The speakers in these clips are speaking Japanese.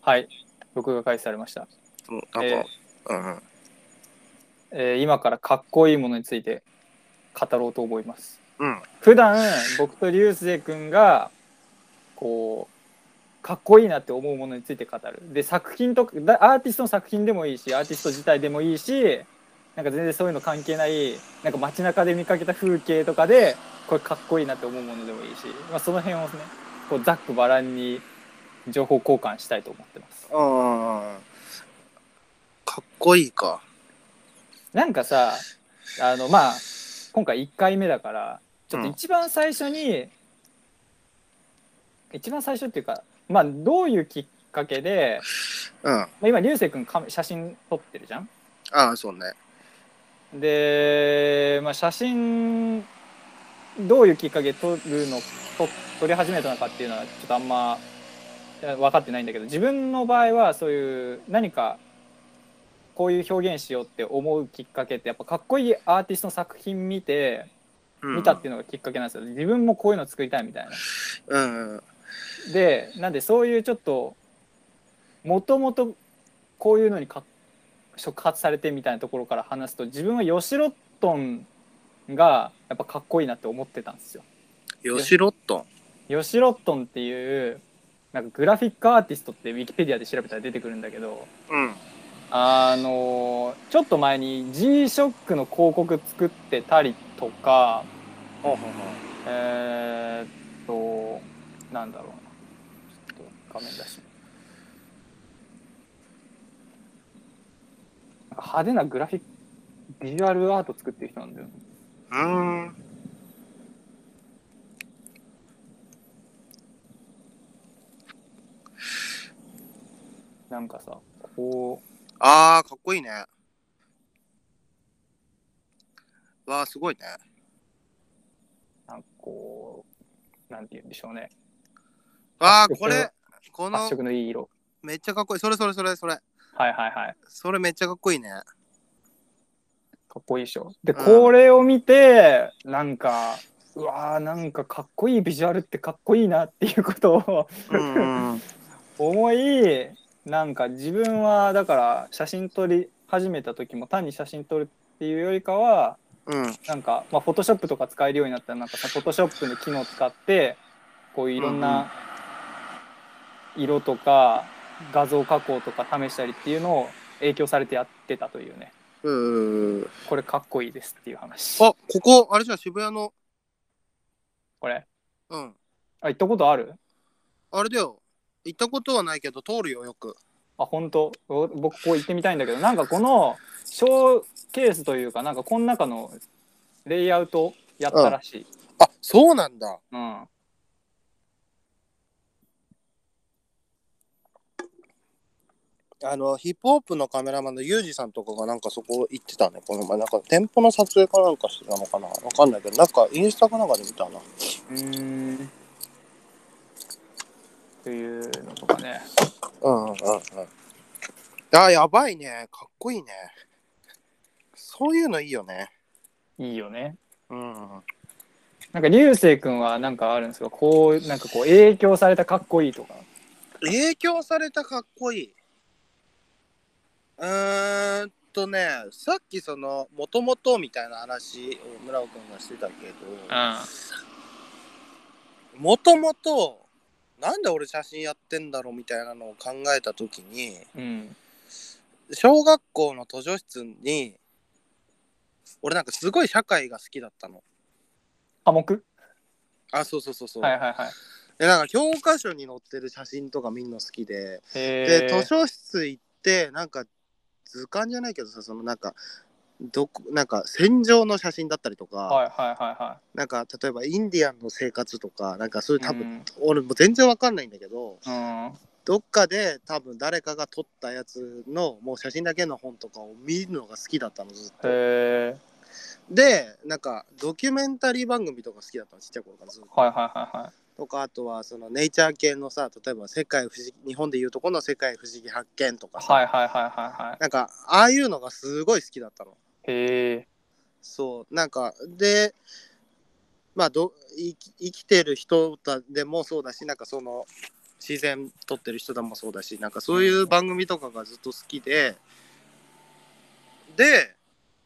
はい、録画開始されました。今からかっこいいものについて語ろうと思います。普段僕と流星君がこうかっこいいなって思うものについて語る。で、作品とかアーティストの作品でもいいし、アーティスト自体でもいいし、なんか全然そういうの関係ない、なんか街中で見かけた風景とかでこれかっこいいなって思うものでもいいし、まあ、その辺をね、こうざっくばらんに情報交換したいと思ってます。 かっこいいか。 なんかさ、まあ今回1回目だからちょっと一番最初に、一番最初っていうか、まあどういうきっかけで、まあ、今流星君写真撮ってるじゃん。 そうね。 で、まあ、写真どういうきっかけで撮り始めたのかっていうのはちょっとあんま分かってないんだけど、自分の場合はそういう何かこういう表現しようって思うきっかけってやっぱかっこいいアーティストの作品見たっていうのがきっかけなんですよ。自分もこういうの作りたいみたいな。で、なんでそういうちょっともともとこういうのに触発されてみたいなところから話すと、自分はヨシロットンがやっぱかっこいいなって思ってたんですよ。 ヨシロットンっていうなんかグラフィックアーティストってウィキペディアで調べたら出てくるんだけど、ちょっと前に G-SHOCK の広告作ってたりとか、なんだろうな、ちょっと画面出して、なんか派手なグラフィックビジュアルアート作ってる人なんだよ。なんかさ、こうかっこいいね。わあ、すごいね。 なんかこう、なんて言うんでしょうね。 これ、この発色のいい色。 めっちゃかっこいい。それ。 はいはいはい。 それめっちゃかっこいいね。 かっこいいでしょ。で、これを見て、なんか、うわー、なんかかっこいいビジュアルってかっこいいなっていうことを思い、なんか自分はだから写真撮り始めた時も単に写真撮るっていうよりかは、なんかまあフォトショップとか使えるようになったら、なんかさ、フォトショップの機能を使ってこういういろんな色とか画像加工とか試したりっていうのを影響されてやってたというね。これかっこいいですっていう話。 ここあれじゃん、渋谷の。 これ。行ったことある？ あれだよ。行ったことはないけど通るよ、よく。 本当？僕ここ行ってみたいんだけど、なんかこのショーケースというか、なんかこの中のレイアウトやったらしい。 そうなんだ。ヒップホップのカメラマンのユージさんとかがなんかそこ行ってたね、この前。なんか店舗の撮影かなんかしてたのかな、わかんないけど、なんかインスタかなんかで見たな。 というのとかね。 やばいね。かっこいいね。そういうのいいよね。 いいよね。なんか流星君はなんかあるんですか？こう、なんかこう影響されたかっこいいとか。 影響されたかっこいい。さっきそのもともとみたいな話を村尾君がしてたけど、もともとなんで俺写真やってんだろうみたいなのを考えた時に、小学校の図書室に俺なんかすごい社会が好きだったの。 科目？ そう。 で、 なんか教科書に載ってる写真とか見るの好きで、で図書室行ってなんか図鑑じゃないけどさ、そのなんか戦場の写真だったりとか、なんか例えばインディアンの生活とか、なんかそういう多分、俺も全然わかんないんだけど、どっかで多分誰かが撮ったやつのもう写真だけの本とかを見るのが好きだったの、ずっと。で、なんかドキュメンタリー番組とか好きだったの、ちっちゃい頃からずっと。とか、あとはそのネイチャー系のさ、例えば日本でいうとこの世界不思議発見とかさ、なんかああいうのがすごい好きだったの。そう、なんかで、まあ生きてる人でもそうだし、なんかその自然撮ってる人でもそうだし、なんかそういう番組とかがずっと好きで、で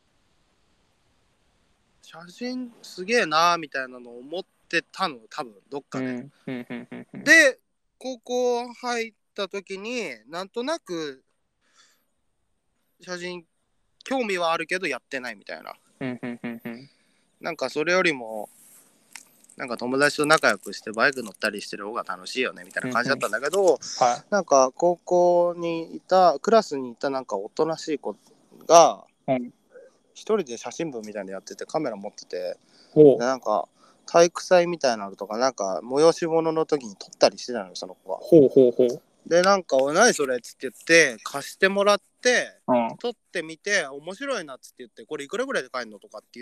写真すげえなーみたいなのを思ってたの、多分どっかで、で高校入った時になんとなく写真興味はあるけどやってないみたいな、なんかそれよりもなんか友達と仲良くしてバイク乗ったりしてる方が楽しいよねみたいな感じだったんだけど、なんか高校にいたクラスにいたなんかおとなしい子が一人で写真部みたいなのやっててカメラ持ってて、でなんか体育祭みたいなのとかなんか催し物の時に撮ったりしてたのよ、その子が。でなんか「お何それ」っつって言って貸してもらって、撮ってみて面白いなっつって言って「これいくらぐらいで買えるの?」とかって言って、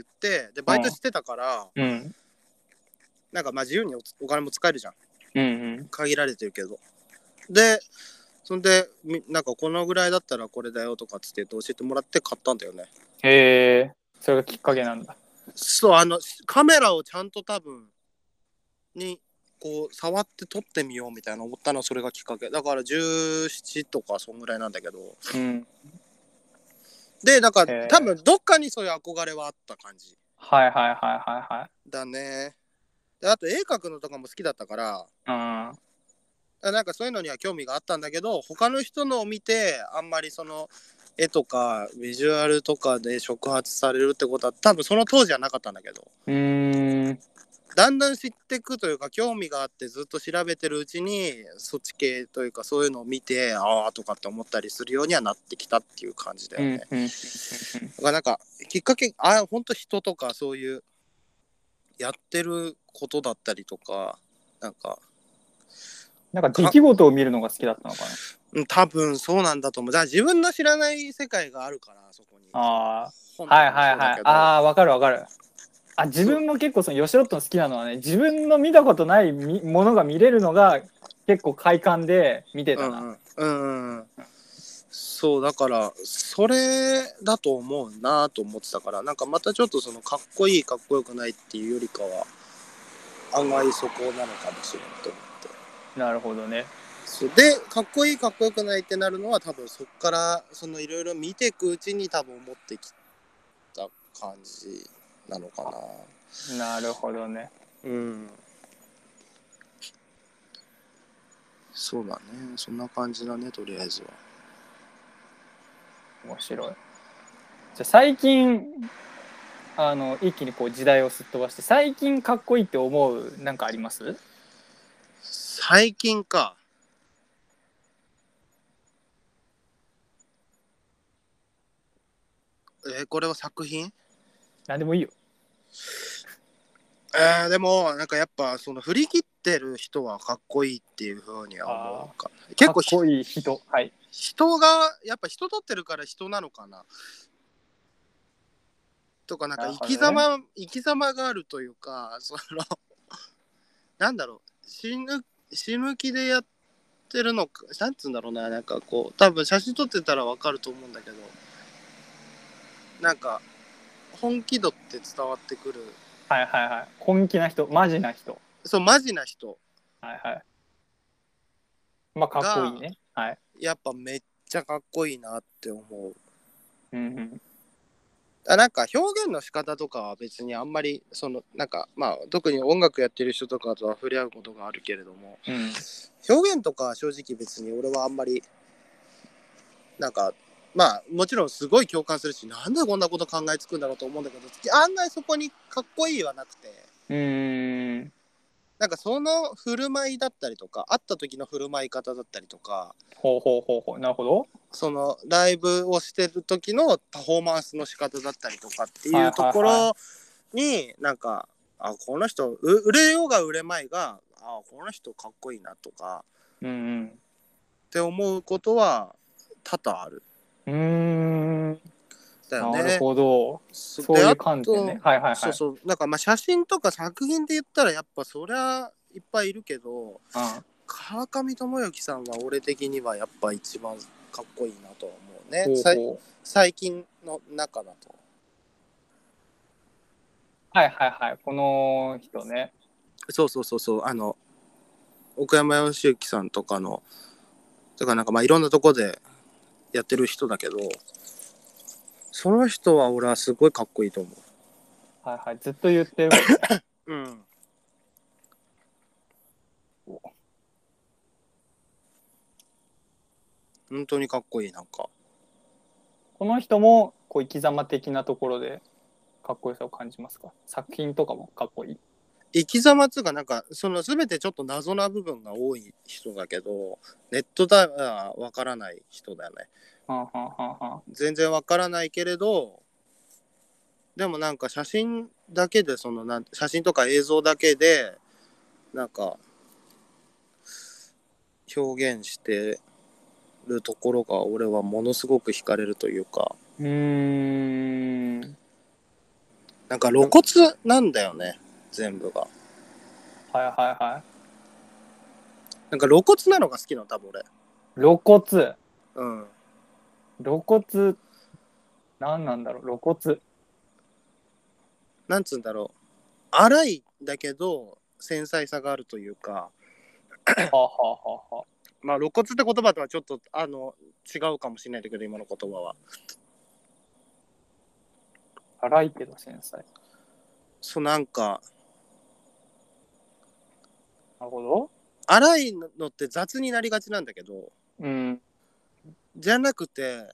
でバイトしてたから、なんかまあ自由にお金も使えるじゃん、限られてるけど。でそんでなんかこのぐらいだったらこれだよとかっつって教えてもらって買ったんだよね。 へえ、それがきっかけなんだ。 そう、カメラをちゃんと多分にこう触って撮ってみようみたいな思ったのはそれがきっかけだから、17とかそんぐらいなんだけど、でなんか多分どっかにそういう憧れはあった感じだね。であと絵描くのとかも好きだったから、なんかそういうのには興味があったんだけど、他の人のを見てあんまりその絵とかビジュアルとかで触発されるってことは多分その当時はなかったんだけど、だんだん知っていくというか興味があってずっと調べてるうちにそっち系というかそういうのを見てああとかって思ったりするようにはなってきたっていう感じだよね。だからなんかきっかけほんと人とかそういうやってることだったりとかなんか出来事を見るのが好きだったのかな。多分そうなんだと思う。だから自分の知らない世界があるからそこに。 わかるわかる。自分も結構そのヨシロットの好きなのはね、自分の見たことないものが見れるのが結構快感で見てたな。 そうだからそれだと思うなと思ってたから、なんかまたちょっとそのかっこいいかっこよくないっていうよりかは案外そこなのかもしれんと思って。 なるほどね。 そうでかっこいいかっこよくないってなるのは多分そっからそのいろいろ見ていくうちに多分思ってきた感じなのかな。 なるほどね。 そうだね、そんな感じだね、とりあえずは。 面白い。じゃあ最近一気にこう時代をすっ飛ばして最近かっこいいって思うなんかあります？ 最近か。これは作品？ 何でもいいよ。 でもなんかやっぱその振り切ってる人はかっこいいっていうふうには思うか。結構かっこいい人、 人がやっぱ人撮ってるから人なのかなとか、なんか生き様があるというか、そのなんだろう、死ぬ気でやってるのか、なんつうんだろうな、なんかこう多分写真撮ってたらわかると思うんだけど、なんか本気度って伝わってくる。 本気な人、マジな人。 そう、マジな人。 まあかっこいいね。 やっぱめっちゃかっこいいなって思う。なんか表現の仕方とかは別にあんまりそのなんかまあ特に音楽やってる人とかとは触れ合うことがあるけれども、表現とかは正直別に俺はあんまりなんかまあもちろんすごい共感するし、なんでこんなこと考えつくんだろうと思うんだけど、案外そこにかっこいいはなくて、なんかその振る舞いだったりとか会った時の振る舞い方だったりとか、 なるほど。 そのライブをしてる時のパフォーマンスの仕方だったりとかっていうところになんかこの人売れようが売れまいがこの人かっこいいなとかって思うことは多々ある。だよね。 なるほど。そういう観点ね。 そうそう。なんかまあ写真とか作品で言ったらやっぱそりゃいっぱいいるけど、川上智之さんは俺的にはやっぱ一番かっこいいなとは思うね。最近の中だと。 この人ね。 そう奥山義行さんとかのだからなんかまあいろんなとこでやってる人だけど、その人は俺はすごいかっこいいと思う。 はいはい、ずっと言ってるもんね。 うん。本当にかっこいい。なんかこの人もこう生き様的なところでかっこよさを感じますか？作品とかもかっこいい？ 生き様っていうかなんかその全てちょっと謎な部分が多い人だけど、ネットではわからない人だよね。 はあはあはあはあ、 全然わからないけれど、でもなんか写真だけで写真とか映像だけでなんか表現してるところが俺はものすごく惹かれるというか、なんか露骨なんだよね、全部が。 はいはいはい。 なんか露骨なのが好きなの、多分俺。 露骨。 うん。 露骨。何なんだろう、露骨。 なんつうんだろう。荒いだけど繊細さがあるというか。 はあはあはあはあ。 まあ露骨って言葉とはちょっと違うかもしれないんだけど、今の言葉は。 荒いけど繊細。 そう、なんか。 なるほど。 荒いのって雑になりがちなんだけど、 うん。 じゃなくて、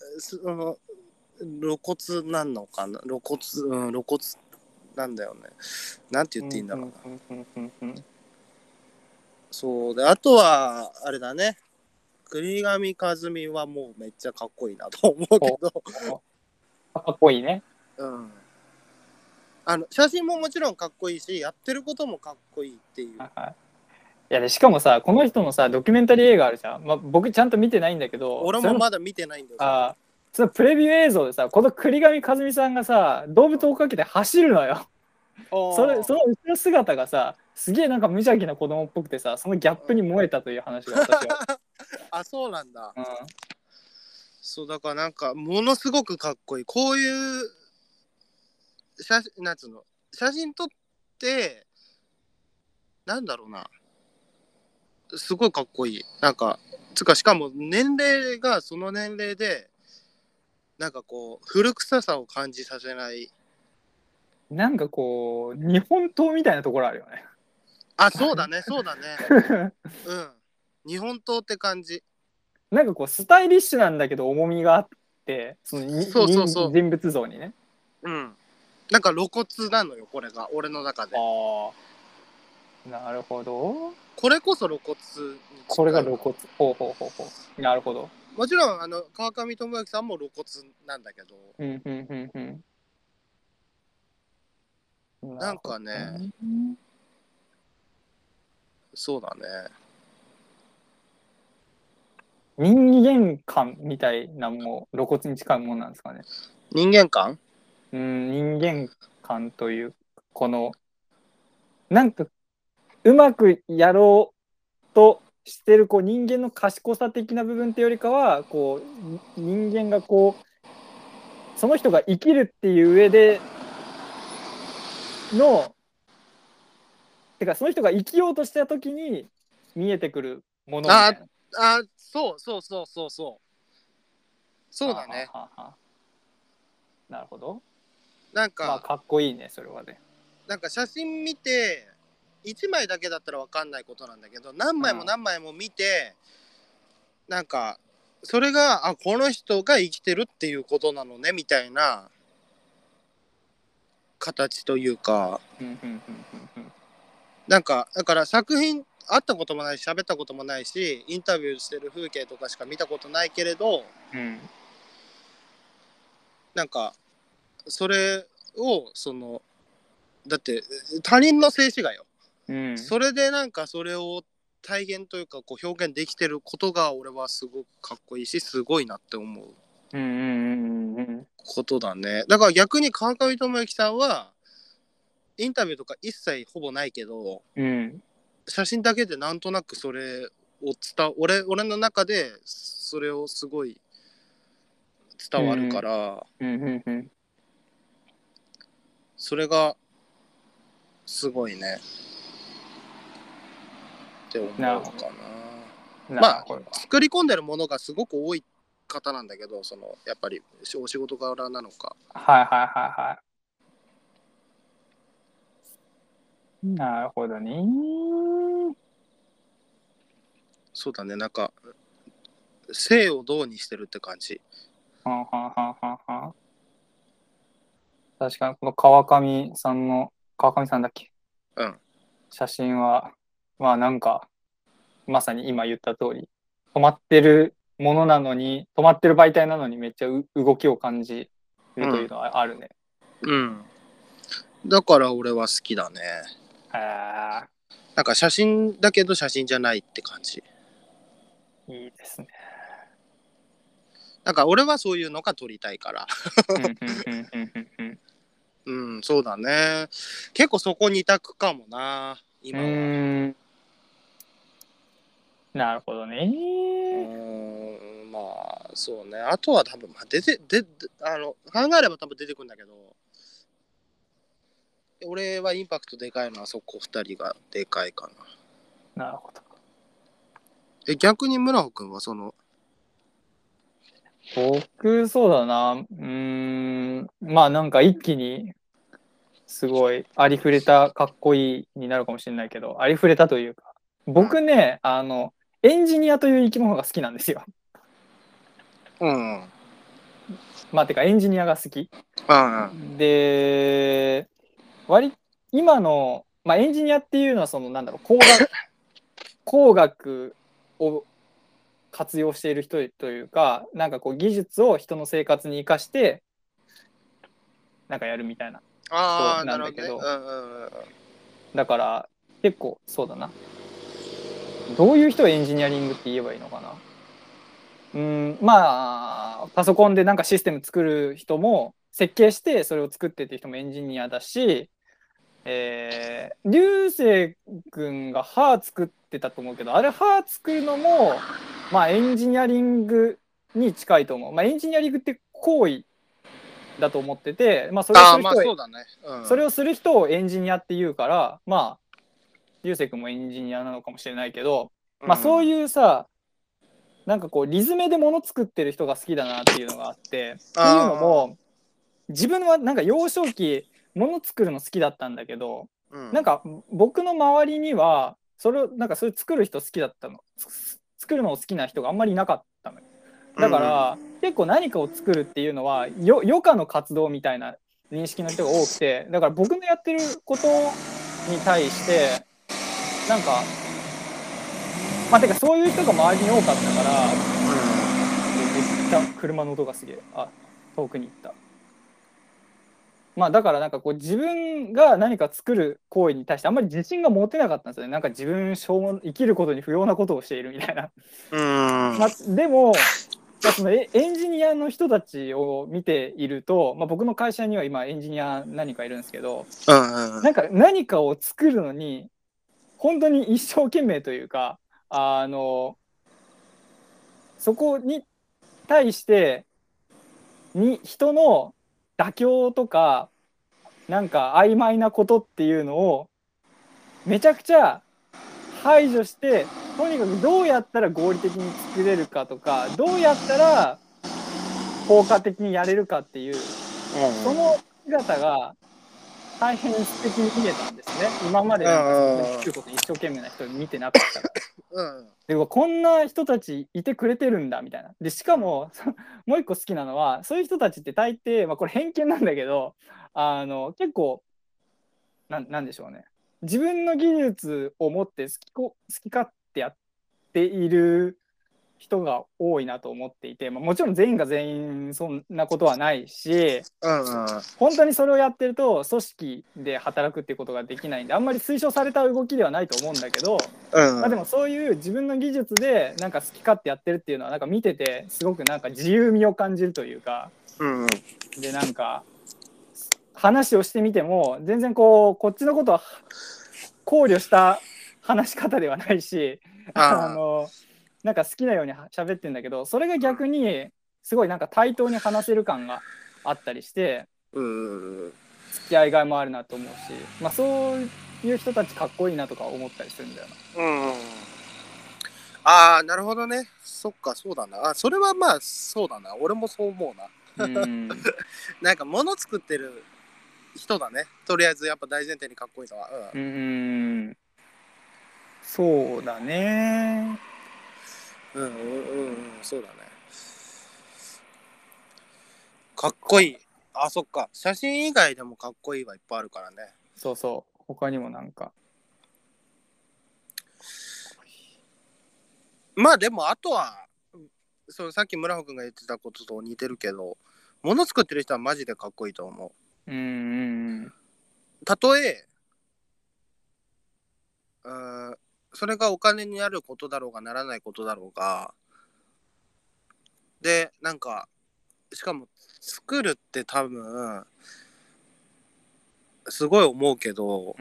露骨なのかな、露骨なんだよね。なんて言っていいんだろうな。そうで、あとはあれだね。栗上和美はもうめっちゃかっこいいなと思うけど。 かっこいいね。 うん。写真ももちろんかっこいいし、やってることもかっこいいっていう。 はいはい。いやでしかもさ、この人のさドキュメンタリー映画あるじゃん。まあ、僕ちゃんと見てないんだけど、 俺もまだ見てないんだよ。 あ、そのプレビュー映像でさ、この栗上和美さんがさ動物を追っかけて走るのよ。その後ろ姿がさ、すげえなんか無邪気な子供っぽくてさ、そのギャップに燃えたという話が私は。 あ、そうなんだ。 うん、 そうだからなんかものすごくかっこいい。こういうなんつうの、写真撮ってなんだろうな、すごいかっこいい。なんかしかも年齢がその年齢でなんかこう古臭さを感じさせない。 なんかこう日本刀みたいなところあるよね。 あ、そうだね、そうだね。うん。日本刀って感じ。 なんかこうスタイリッシュなんだけど重みがあって、 そう人物像にね。 うん。なんか露骨なのよ、これが俺の中で。 ああ、なるほど。 これこそ露骨に近い。 これが露骨。ほうほうほうほう。なるほど。 もちろん川上智之さんも露骨なんだけど、なんかね、そうだね。 人間観みたいなも露骨に近いものなんですかね。 人間観？ 人間観というこのなんかうまくやろうとしてるこう人間の賢さ的な部分ってよりかはこう人間がこうその人が生きるっていう上でのてかその人が生きようとした時に見えてくるものみたいな。 そうそうだね。 なるほど。 なんか、 まあかっこいいねそれはね。 なんか写真見て1枚だけだったら分かんないことなんだけど、何枚も何枚も見て、なんかそれがこの人が生きてるっていうことなのねみたいな形というか、なんかだから作品会ったこともないし喋ったこともないし、インタビューしてる風景とかしか見たことないけれど、なんかそれをだって他人の静止画よ、それでなんかそれを体現というかこう表現できてることが俺はすごくかっこいいし、すごいなって思うことだね。だから逆に川上智之さんはインタビューとか一切ほぼないけど、写真だけでなんとなくそれを俺の中でそれをすごい伝わるから、それがすごいね。 って思うかな。まあ作り込んでるものがすごく多い方なんだけど、そのやっぱりお仕事柄なのか。 はいはいはいはい。なるほどね。 そうだね、なんか性をどうにしてるって感じ。 はんはんはんはんはん。確かにこの川上さんだっけ、 うん、 写真はまあなんかまさに今言った通り止まってるものなのに、止まってる媒体なのにめっちゃ動きを感じるというのはあるね。 うん、だから俺は好きだね。なんか写真だけど写真じゃないって感じ。 いいですね。 なんか俺はそういうのが撮りたいからうん、そうだね。結構そこ二択かもな、今は。 なるほどね。 まあそうね。あとは多分、まあ、考えれば多分出てくるんだけど、俺はインパクトでかいのはそこ2人がでかいかな。なるほど。 逆に村尾くんはその、 僕そうだな。まあなんか一気にすごいありふれたかっこいいになるかもしれないけど、ありふれたというか、僕ね、エンジニアという生き物が好きなんですよ。 うん。 まあてかエンジニアが好き。 うん。 で、今の、まあ、エンジニアっていうのはそのなんだろう、工学を活用している人というか、なんかこう技術を人の生活に生かしてなんかやるみたいな人なんだけど、だから結構そうだな。どういう人をエンジニアリングって言えばいいのかな。まあパソコンでなんかシステム作る人も、設計してそれを作ってっていう人もエンジニアだし、流星君が歯作ってたと思うけど、あれ歯作るのもまあエンジニアリングに近いと思う。まあエンジニアリングって行為だと思ってて、まあそれをする人は、それをする人をエンジニアって言うから、まあ流星君もエンジニアなのかもしれないけど、まあそういうさ、なんかこうリズムで物作ってる人が好きだなっていうのがあって、っていうのも自分はなんか幼少期物作るの好きだったんだけど、なんか僕の周りにはそれをなんかそういう作る人好きだったの、作るのを好きな人があんまりいなかったのよ。だから結構何かを作るっていうのは余暇の活動みたいな認識の人が多くて、だから僕のやってることに対してなんかまあてかそういう人が周りに多かったから、めっちゃ車の音がすげえ、遠くに行った。まあだからなんかこう自分が何か作る行為に対してあんまり自信が持てなかったんですよね。なんか自分生きることに不要なことをしているみたいな。まあ、でもそのエンジニアの人たちを見ていると、まあ、僕の会社には今エンジニア何かいるんですけど、なんか何かを作るのに本当に一生懸命というか、そこに対して人の妥協とかなんか曖昧なことっていうのをめちゃくちゃ排除して、とにかくどうやったら合理的に作れるかとか、どうやったら効果的にやれるかっていう、その姿が大変素敵に見えたんですね。今までなんかその作ることに一生懸命な人見てなかったから。でもこんな人たちいてくれてるんだみたいな。でしかももう一個好きなのは、そういう人たちって大抵、まあ、これ偏見なんだけど、結構なんでしょうね。自分の技術を持って好き勝手やっている人が多いなと思っていて、まあ、もちろん全員が全員そんなことはないし、本当にそれをやってると組織で働くっていうことができないんで、あんまり推奨された動きではないと思うんだけど、まあ、でもそういう自分の技術でなんか好き勝手やってるっていうのはなんか見ててすごくなんか自由味を感じるというか、でなんか話をしてみても全然こっちのことは考慮した話し方ではないし、なんか好きなように喋ってんだけど、それが逆にすごいなんか対等に話せる感があったりして、付き合いがいもあるなと思うし、まあそういう人たちかっこいいなとか思ったりするんだよな。 ああ、なるほどね。そっか、そうだな。あ、それはまあ、そうだな。俺もそう思うな。なんか物作ってる人だね。とりあえずやっぱ大前提にかっこいいのは。 そうだね。 そうだね。かっこいい。あ、そっか。写真以外でもかっこいいはいっぱいあるからね。 そうそう。他にもなんか。 まあでもあとは、そうさっき村穂くんが言ってたことと似てるけど、物作ってる人はマジでかっこいいと思う。たとえ、それがお金になることだろうがならないことだろうが、で、なんか、しかも作るって多分、すごい思うけど、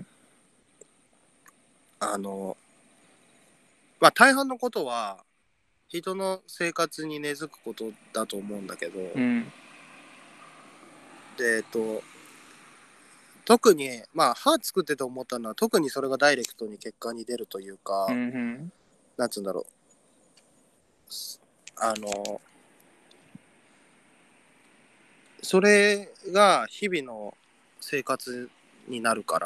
まあ大半のことは、人の生活に根付くことだと思うんだけど、で、特に、まあ、歯作ってて思ったのは、特にそれがダイレクトに結果に出るというか、なんつうんだろう。それが日々の生活になるから、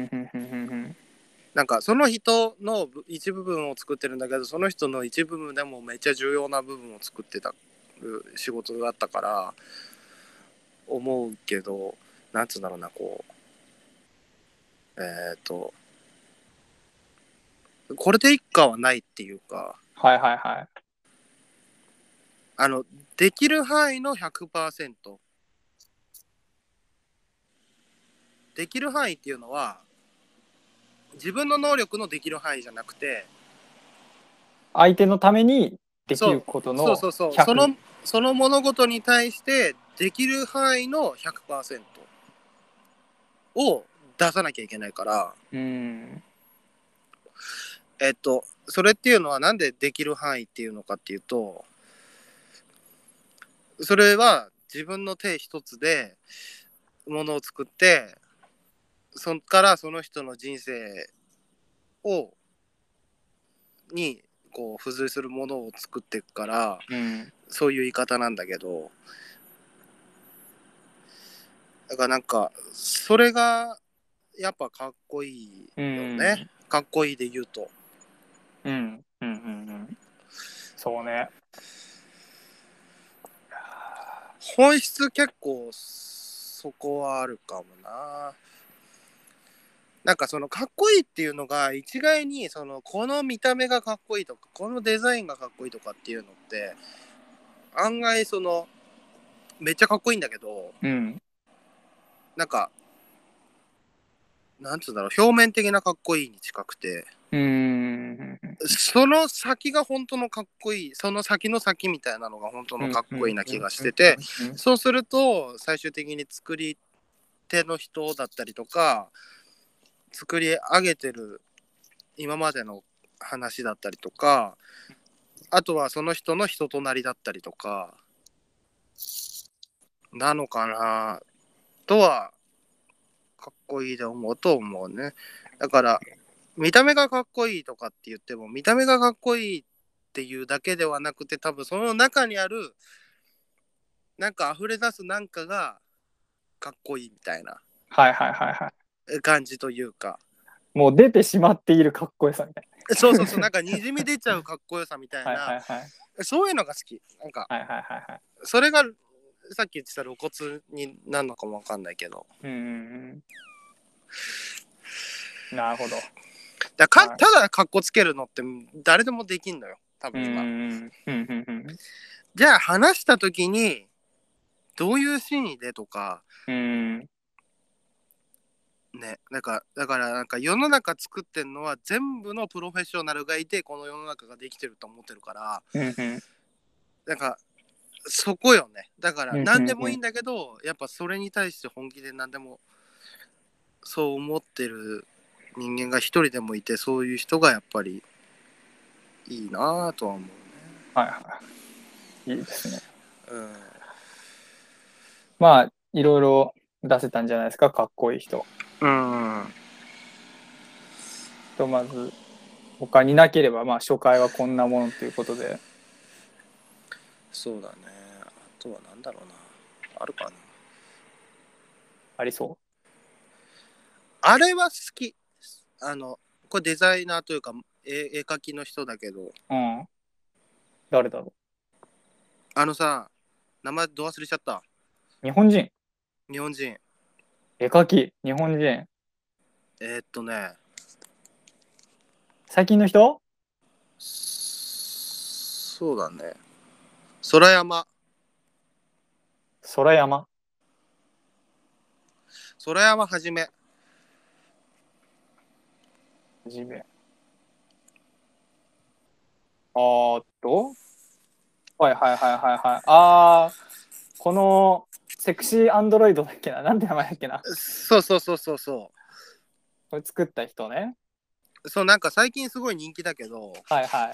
なんかその人の一部分を作ってるんだけど、その人の一部分でもめっちゃ重要な部分を作ってた仕事だったから思うけど、なんつうんだろうな、こうこれで一家はないっていうか、できる範囲の 100%。できる範囲っていうのは、自分の能力のできる範囲じゃなくて、 相手のためにできることの 100%。その物事に対してできる範囲の 100% を出さなきゃいけないから、それっていうのはなんでできる範囲っていうのかっていうと、それは自分の手一つでものを作って、そっからその人の人生をにこう付随するものを作っていくから、そういう言い方なんだけど、だからなんかそれがやっぱかっこいいよね。かっこいいで言うと。 そうね。 本質結構そこはあるかもな。なんかそのかっこいいっていうのが一概にそのこの見た目がかっこいいとかこのデザインがかっこいいとかっていうのって案外そのめっちゃかっこいいんだけど、なんかなんつうんだろう、表面的なかっこいいに近くて、その先が本当のかっこいい、その先の先みたいなのが本当のかっこいいな気がしてて、そうすると最終的に作り手の人だったりとか、作り上げてる今までの話だったりとか、あとはその人の人となりだったりとかなのかなとはかっこいいで思うと思うね。だから見た目がかっこいいとかって言っても、見た目がかっこいいっていうだけではなくて、多分その中にあるなんか溢れ出すなんかがかっこいいみたいな感じというか、 もう出てしまっているかっこよさみたいな。そうなんかにじみ出ちゃうかっこよさみたいな、そういうのが好き。なんか、それがさっき言ってた露骨になるのかもわかんないけど。 なるほど。 ただかっこつけるのって誰でもできんのよ、多分今。じゃあ話した時にどういうシーンでとか、ね、だからなんか世の中作ってんのは全部のプロフェッショナルがいてこの世の中ができてると思ってるから、なんかそこよね。だから何でもいいんだけど、やっぱそれに対して本気で何でもそう思ってる人間が一人でもいて、そういう人がやっぱりいいなぁとは思うね。いいですね。まあいろいろ出せたんじゃないですか、かっこいい人。 とまず他になければまあ初回はこんなものということで。 そうだね。あとはなんだろうな。あるかな。 ありそう。 あれは好き。これデザイナーというか絵描きの人だけど。 うん。誰だろさ、名前ど忘れちゃった。 う。日本人。 日本人。 絵描き。日本人。最近の人？ そうだね。空山。 空山。 空山はじめ。 はじめ。はいはいはいはいはい。このセクシーアンドロイドだっけな、なんて名前だっけな。 そうそうそうそうそう。 これ作った人ね。 そう、なんか最近すごい人気だけど、 はいはい。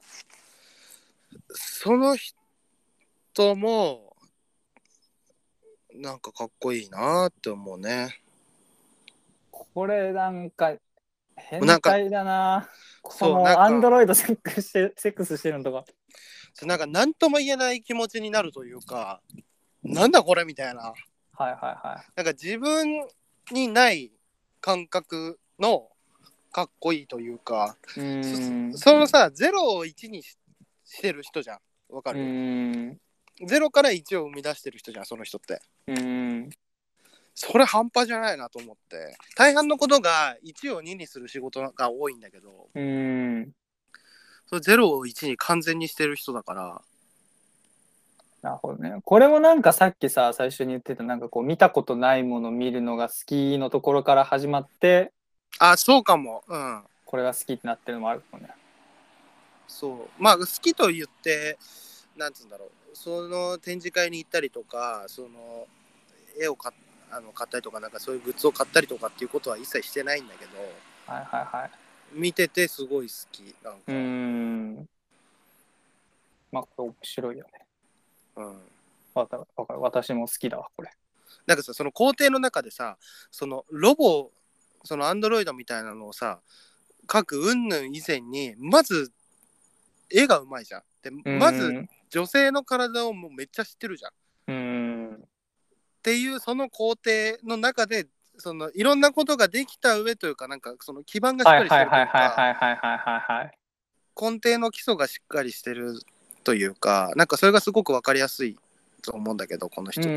その人もなんかかっこいいなって思うね。 これなんか変なんか態だな。こそう、なんのアンドかロイドセックスしてるのとか。 なんか何とも言えない気持ちになるというか、なんだこれみたいな。 はいはいはい。 なんか自分にない感覚のかっこいいというか、そのさ、0を1にしてる人じゃん。わかる？0から1を生み出してる人じゃん、その人って。それ半端じゃないなと思って。大半のことが1を2にする仕事が多いんだけど、それ0を1に完全にしてる人だから。 なるほどね。これもなんかさっきさ、最初に言ってたなんかこう見たことないもの見るのが好きのところから始まって、 あ、そうかも。うん。 これが好きってなってるのもあるかもね。 そう。まあ好きと言って、なんつうんだろう。その展示会に行ったりとか、その絵を買ったりとか、なんかそういうグッズを買ったりとかっていうことは一切してないんだけど、 はいはいはい。 見ててすごい好き。なんか。 まあこれ面白いよね。 うん。 わかる。私も好きだわ、これ。 なんかさ、その工程の中でさ、そのロボ、そのアンドロイドみたいなのをさ、書く云々以前に、まず絵がうまいじゃん。で、まず女性の体をもうめっちゃ知ってるじゃん。っていうその工程の中で、そのいろんなことができた上というか、なんかその基盤がしっかりしてるというか、根底の基礎がしっかりしてるというか、なんかそれがすごくわかりやすいと思うんだけど、この人。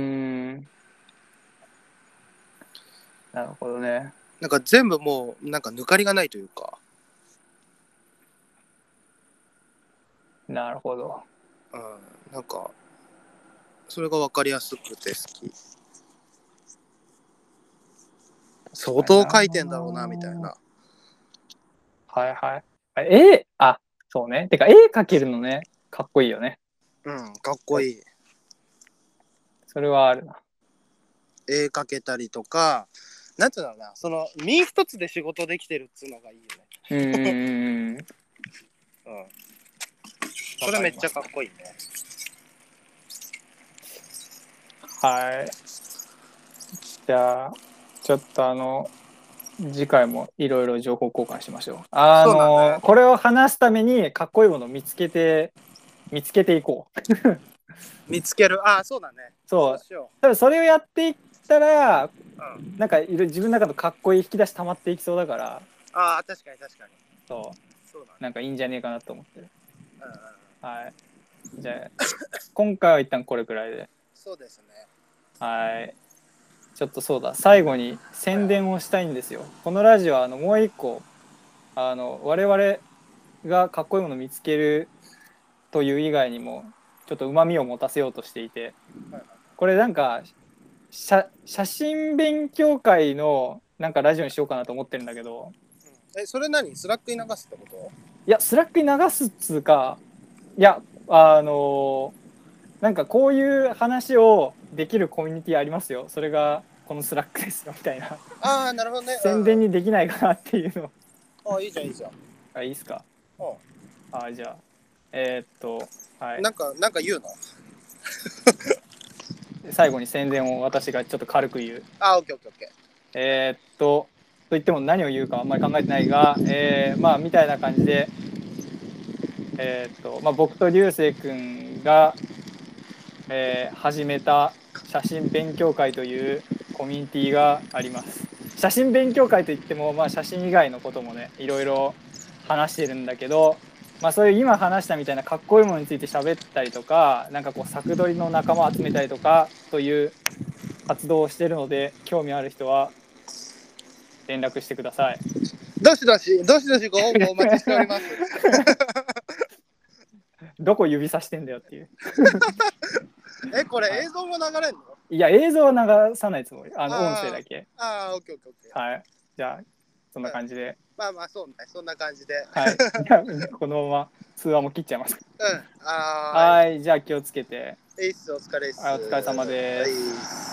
なるほどね。 なんか全部もうなんか抜かりがないというか。 なるほど。 うん、なんかそれが分かりやすくて好き。相当書いてんだろうなみたいな。 はいはい。そうね。てか絵描けるのね、かっこいいよね。 うん、かっこいい。 それはあるな。 絵描けたりとか、なんていうんだろうな、その身一つで仕事できてるっつうのがいいよね。うん。それめっちゃかっこいいね。 はい。じゃあちょっと次回もいろいろ情報交換しましょう。ね、これを話すためにかっこいいものを見つけていこう。 見つける。ああ、そうだね。 そう。多分それをやっていったら、なんか自分の中のかっこいい引き出し溜まっていきそうだから。 ああ、確かに確かに。 そうだね。なんかいいんじゃねえかなと思ってる。はい。じゃあ今回は一旦これくらいで。 そうですね。 はい。ちょっとそうだ、最後に宣伝をしたいんですよ。このラジオはもう一個我々がかっこいいものを見つけるという以外にもちょっとうまみを持たせようとしていて、これなんか写真勉強会のなんかラジオにしようかなと思ってるんだけど、 それ何？スラックに流すってこと？ いや、スラックに流すっつうか、いやなんかこういう話をできるコミュニティありますよ、それがこのスラックですよみたいな。 ああ、なるほどね。 宣伝にできないかなっていうの。 ああ、いいじゃんいいじゃん。 あ、いいっすか。じゃあはい。 なんか言うの？ 最後に宣伝を私がちょっと軽く言う。 あ、オッケーオッケーオッケー。 といっても何を言うかあんまり考えてないが、まあみたいな感じで、まあ、僕と流星くんが、始めた写真勉強会というコミュニティがあります。写真勉強会といっても、まあ、写真以外のこともねいろいろ話してるんだけど、まあ、そういう今話したみたいなかっこいいものについて喋ったりとか、なんかこう作撮りの仲間を集めたりとかという活動をしてるので、興味ある人は連絡してください。 どしどしご応募お待ちしております。 どこ指さしてんだよっていう。 これ映像も流れるの？ いや、映像は流さないつもり。音声だけ。 オッケーオッケーオッケー。 はい。じゃあ、そんな感じで。 まあまあ、そうね。そんな感じで。 はい。じゃあ、このまま通話も切っちゃいます。はい。じゃあ、気をつけて。 お疲れっす。 お疲れ様です。